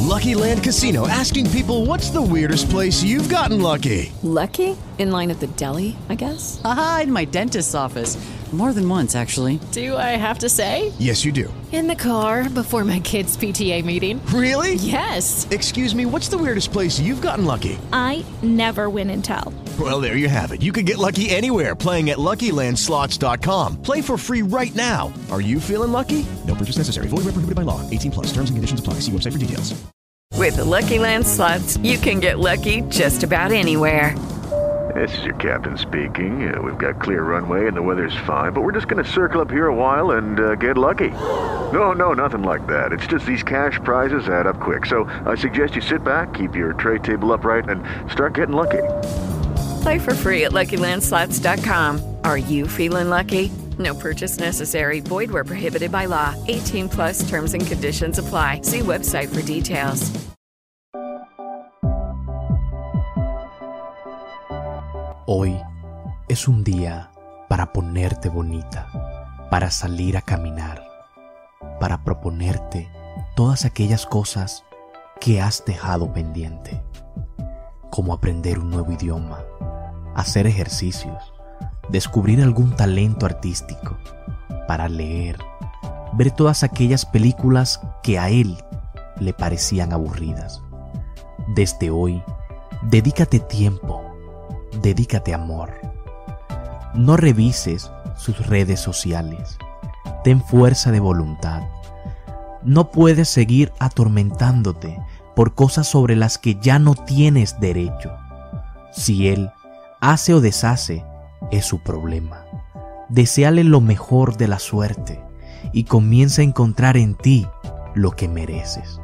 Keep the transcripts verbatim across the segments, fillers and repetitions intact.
Lucky Land Casino, asking people, what's the weirdest place you've gotten lucky? Lucky? In line at the deli, I guess? Aha, in my dentist's office. More than once, actually. Do I have to say? Yes, you do. In the car before my kids' P T A meeting. Really? Yes. Excuse me, what's the weirdest place you've gotten lucky? I never win and tell. Well, there you have it. You can get lucky anywhere, playing at Lucky Land Slots dot com. Play for free right now. Are you feeling lucky? No purchase necessary. Void where prohibited by law. eighteen plus. Terms and conditions apply. See website for details. With the Lucky Land Slots, you can get lucky just about anywhere. This is your captain speaking. Uh, we've got clear runway and the weather's fine, but we're just going to circle up here a while and uh, get lucky. No, no, nothing like that. It's just these cash prizes add up quick. So I suggest you sit back, keep your tray table upright, and start getting lucky. Play for free at Lucky Land Slots dot com. Are you feeling lucky? No purchase necessary. Void where prohibited by law. eighteen plus terms and conditions apply. See website for details. Hoy es un día para ponerte bonita, para salir a caminar, para proponerte todas aquellas cosas que has dejado pendiente, como aprender un nuevo idioma, hacer ejercicios, descubrir algún talento artístico, para leer, ver todas aquellas películas que a él le parecían aburridas. Desde hoy, dedícate tiempo. Dedícate amor. No revises sus redes sociales. Ten fuerza de voluntad. No puedes seguir atormentándote por cosas sobre las que ya no tienes derecho. Si él hace o deshace, es su problema. Deséale lo mejor de la suerte y comienza a encontrar en ti lo que mereces.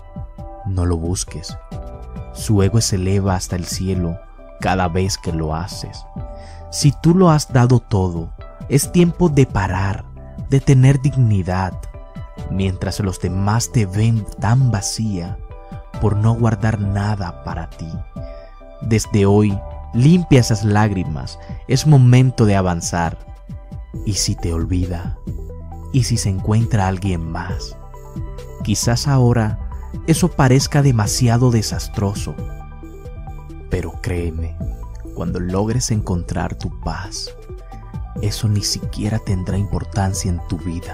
No lo busques. Su ego se eleva hasta el cielo cada vez que lo haces. Si tú lo has dado todo, es tiempo de parar, de tener dignidad, mientras los demás te ven tan vacía por no guardar nada para ti. Desde hoy, limpia esas lágrimas, es momento de avanzar. ¿Y si te olvida? ¿Y si se encuentra alguien más? Quizás ahora eso parezca demasiado desastroso, pero créeme, cuando logres encontrar tu paz, eso ni siquiera tendrá importancia en tu vida.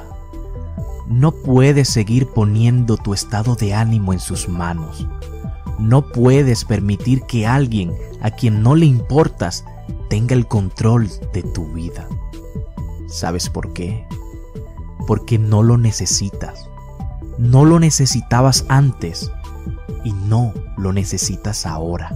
No puedes seguir poniendo tu estado de ánimo en sus manos. No puedes permitir que alguien a quien no le importas tenga el control de tu vida. ¿Sabes por qué? Porque no lo necesitas. No lo necesitabas antes y no lo necesitas ahora.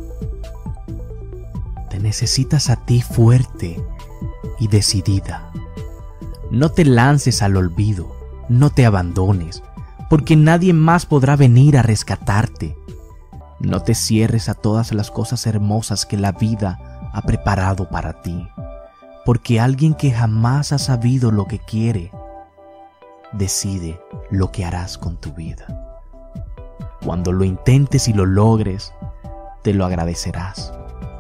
Te necesitas a ti fuerte y decidida. No te lances al olvido, no te abandones, porque nadie más podrá venir a rescatarte. No te cierres a todas las cosas hermosas que la vida ha preparado para ti, porque alguien que jamás ha sabido lo que quiere, decide lo que harás con tu vida. Cuando lo intentes y lo logres, te lo agradecerás.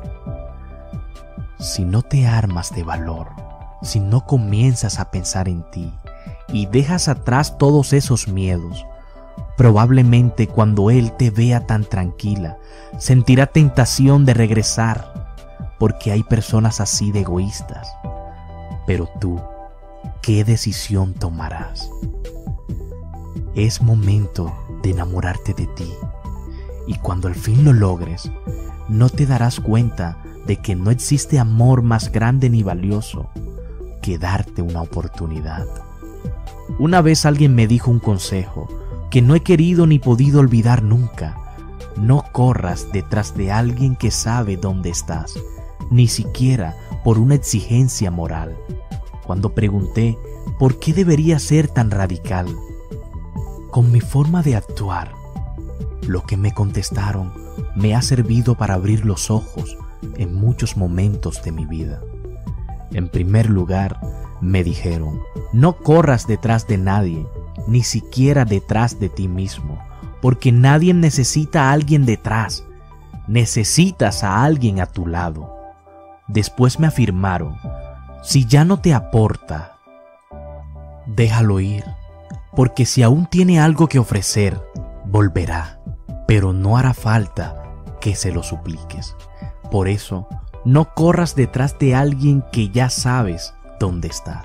Si no te armas de valor, si no comienzas a pensar en ti y dejas atrás todos esos miedos, probablemente cuando él te vea tan tranquila, sentirá tentación de regresar, porque hay personas así de egoístas. Pero tú, ¿qué decisión tomarás? Es momento de enamorarte de ti, y cuando al fin lo logres, no te darás cuenta de que no existe amor más grande ni valioso que darte una oportunidad. Una vez alguien me dijo un consejo que no he querido ni podido olvidar nunca. No corras detrás de alguien que sabe dónde estás, ni siquiera por una exigencia moral. Cuando pregunté por qué debería ser tan radical, con mi forma de actuar, lo que me contestaron me ha servido para abrir los ojos en muchos momentos de mi vida. En primer lugar, me dijeron, no corras detrás de nadie, ni siquiera detrás de ti mismo, porque nadie necesita a alguien detrás, necesitas a alguien a tu lado. Después me afirmaron, si ya no te aporta, déjalo ir, porque si aún tiene algo que ofrecer, volverá. pero no hará falta que se lo supliques. Por eso, no corras detrás de alguien que ya sabes dónde estás.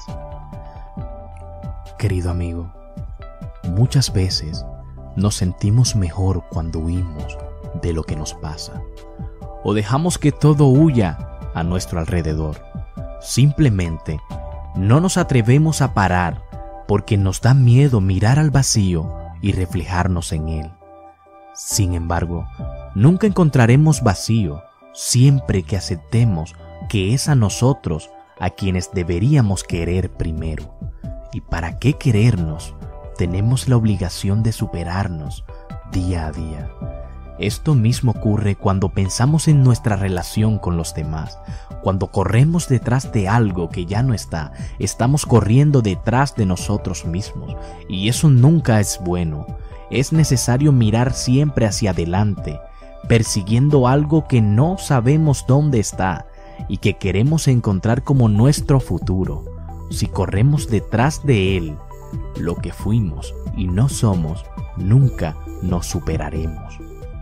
Querido amigo, muchas veces nos sentimos mejor cuando huimos de lo que nos pasa, o dejamos que todo huya a nuestro alrededor. Simplemente no nos atrevemos a parar porque nos da miedo mirar al vacío y reflejarnos en él. Sin embargo, nunca encontraremos vacío siempre que aceptemos que es a nosotros a quienes deberíamos querer primero. ¿Y para qué querernos? Tenemos la obligación de superarnos día a día. Esto mismo ocurre cuando pensamos en nuestra relación con los demás. Cuando corremos detrás de algo que ya no está, estamos corriendo detrás de nosotros mismos, y eso nunca es bueno. Es necesario mirar siempre hacia adelante, persiguiendo algo que no sabemos dónde está y que queremos encontrar como nuestro futuro. Si corremos detrás de él, lo que fuimos y no somos, nunca nos superaremos.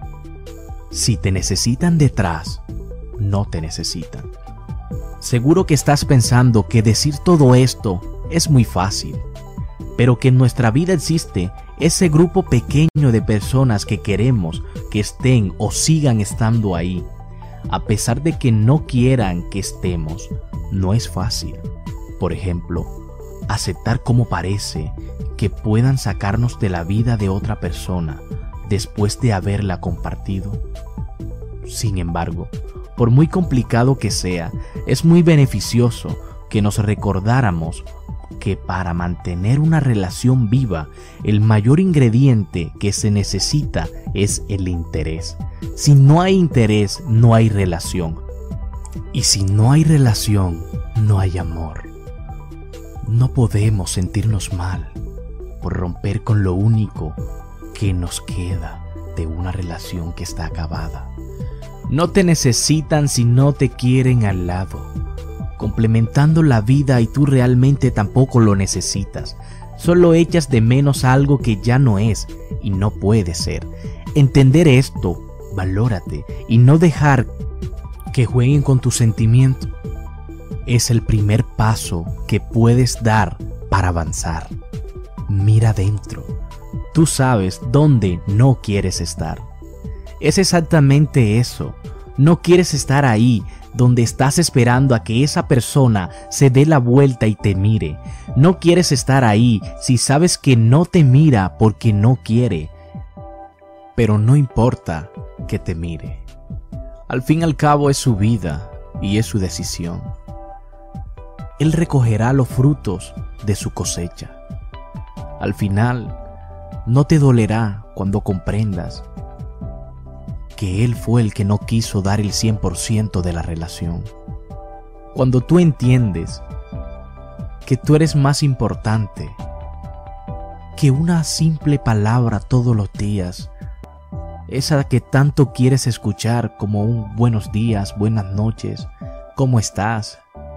Si te necesitan detrás, no te necesitan. Seguro que estás pensando que decir todo esto es muy fácil, pero que en nuestra vida existe ese grupo pequeño de personas que queremos que estén o sigan estando ahí, a pesar de que no quieran que estemos. No es fácil. Por ejemplo, aceptar como parece que puedan sacarnos de la vida de otra persona después de haberla compartido. Sin embargo, por muy complicado que sea, es muy beneficioso que nos recordáramos que para mantener una relación viva, el mayor ingrediente que se necesita es el interés. Si no hay interés, no hay relación. Y si no hay relación, no hay amor. No podemos sentirnos mal por romper con lo único que nos queda de una relación que está acabada. No te necesitan si no te quieren al lado, complementando la vida, y tú realmente tampoco lo necesitas. Solo echas de menos algo que ya no es y no puede ser. Entender esto, valórate y no dejar que jueguen con tus sentimientos es el primer paso que puedes dar para avanzar. Mira adentro. Tú sabes dónde no quieres estar. Es exactamente eso. No quieres estar ahí donde estás esperando a que esa persona se dé la vuelta y te mire. No quieres estar ahí si sabes que no te mira porque no quiere. Pero no importa que te mire. Al fin y al cabo es su vida y es su decisión. Él recogerá los frutos de su cosecha. Al final, no te dolerá cuando comprendas que él fue el que no quiso dar el cien por ciento de la relación. Cuando tú entiendes que tú eres más importante que una simple palabra todos los días, esa que tanto quieres escuchar, como un buenos días, buenas noches, ¿cómo estás?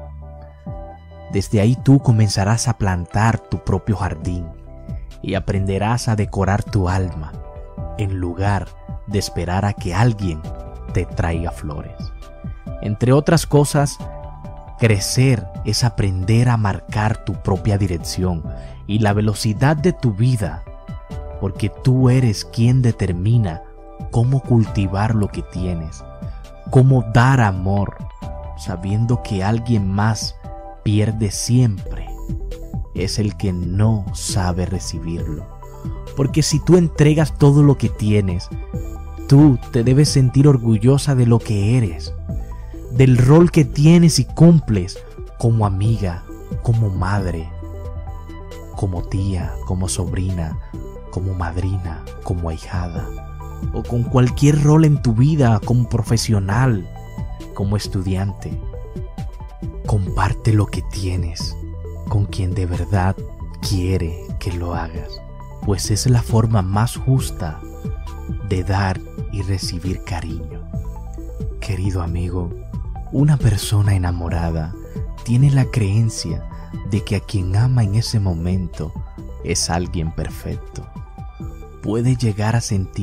Desde ahí tú comenzarás a plantar tu propio jardín y aprenderás a decorar tu alma en lugar de esperar a que alguien te traiga flores. Entre otras cosas, crecer es aprender a marcar tu propia dirección y la velocidad de tu vida, porque tú eres quien determina cómo cultivar lo que tienes, cómo dar amor, sabiendo que alguien más pierde siempre. Es el que no sabe recibirlo. Porque si tú entregas todo lo que tienes, tú te debes sentir orgullosa de lo que eres, del rol que tienes y cumples como amiga, como madre, como tía, como sobrina, como madrina, como ahijada, o con cualquier rol en tu vida, como profesional, como estudiante. Comparte lo que tienes con quien de verdad quiere que lo hagas, pues es la forma más justa de dar y recibir cariño. Querido amigo, una persona enamorada tiene la creencia de que a quien ama en ese momento es alguien perfecto. Puede llegar a sentir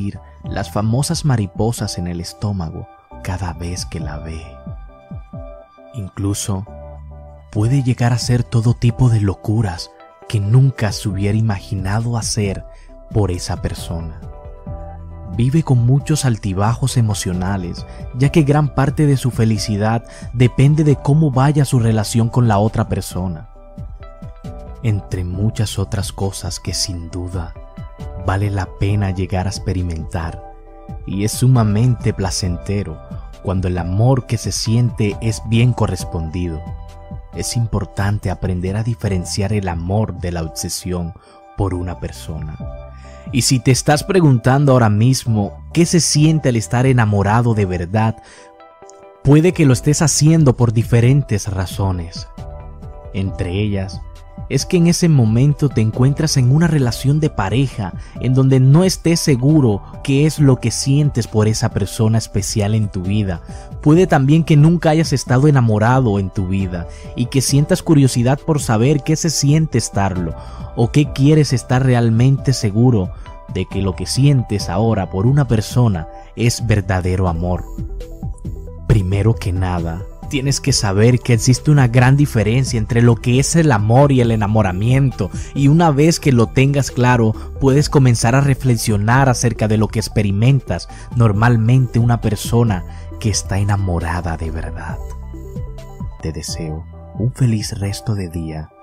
las famosas mariposas en el estómago cada vez que la ve. Incluso puede llegar a hacer todo tipo de locuras que nunca se hubiera imaginado hacer por esa persona. Vive con muchos altibajos emocionales, ya que gran parte de su felicidad depende de cómo vaya su relación con la otra persona. Entre muchas otras cosas que sin duda vale la pena llegar a experimentar, y es sumamente placentero cuando el amor que se siente es bien correspondido. Es importante aprender a diferenciar el amor de la obsesión por una persona. Y si te estás preguntando ahora mismo qué se siente al estar enamorado de verdad, puede que lo estés haciendo por diferentes razones. Entre ellas, es que en ese momento te encuentras en una relación de pareja en donde no estés seguro qué es lo que sientes por esa persona especial en tu vida. Puede también que nunca hayas estado enamorado en tu vida y que sientas curiosidad por saber qué se siente estarlo, o qué quieres estar realmente seguro de que lo que sientes ahora por una persona es verdadero amor. Primero que nada, tienes que saber que existe una gran diferencia entre lo que es el amor y el enamoramiento, y una vez que lo tengas claro, puedes comenzar a reflexionar acerca de lo que experimentas normalmente una persona que está enamorada de verdad. Te deseo un feliz resto de día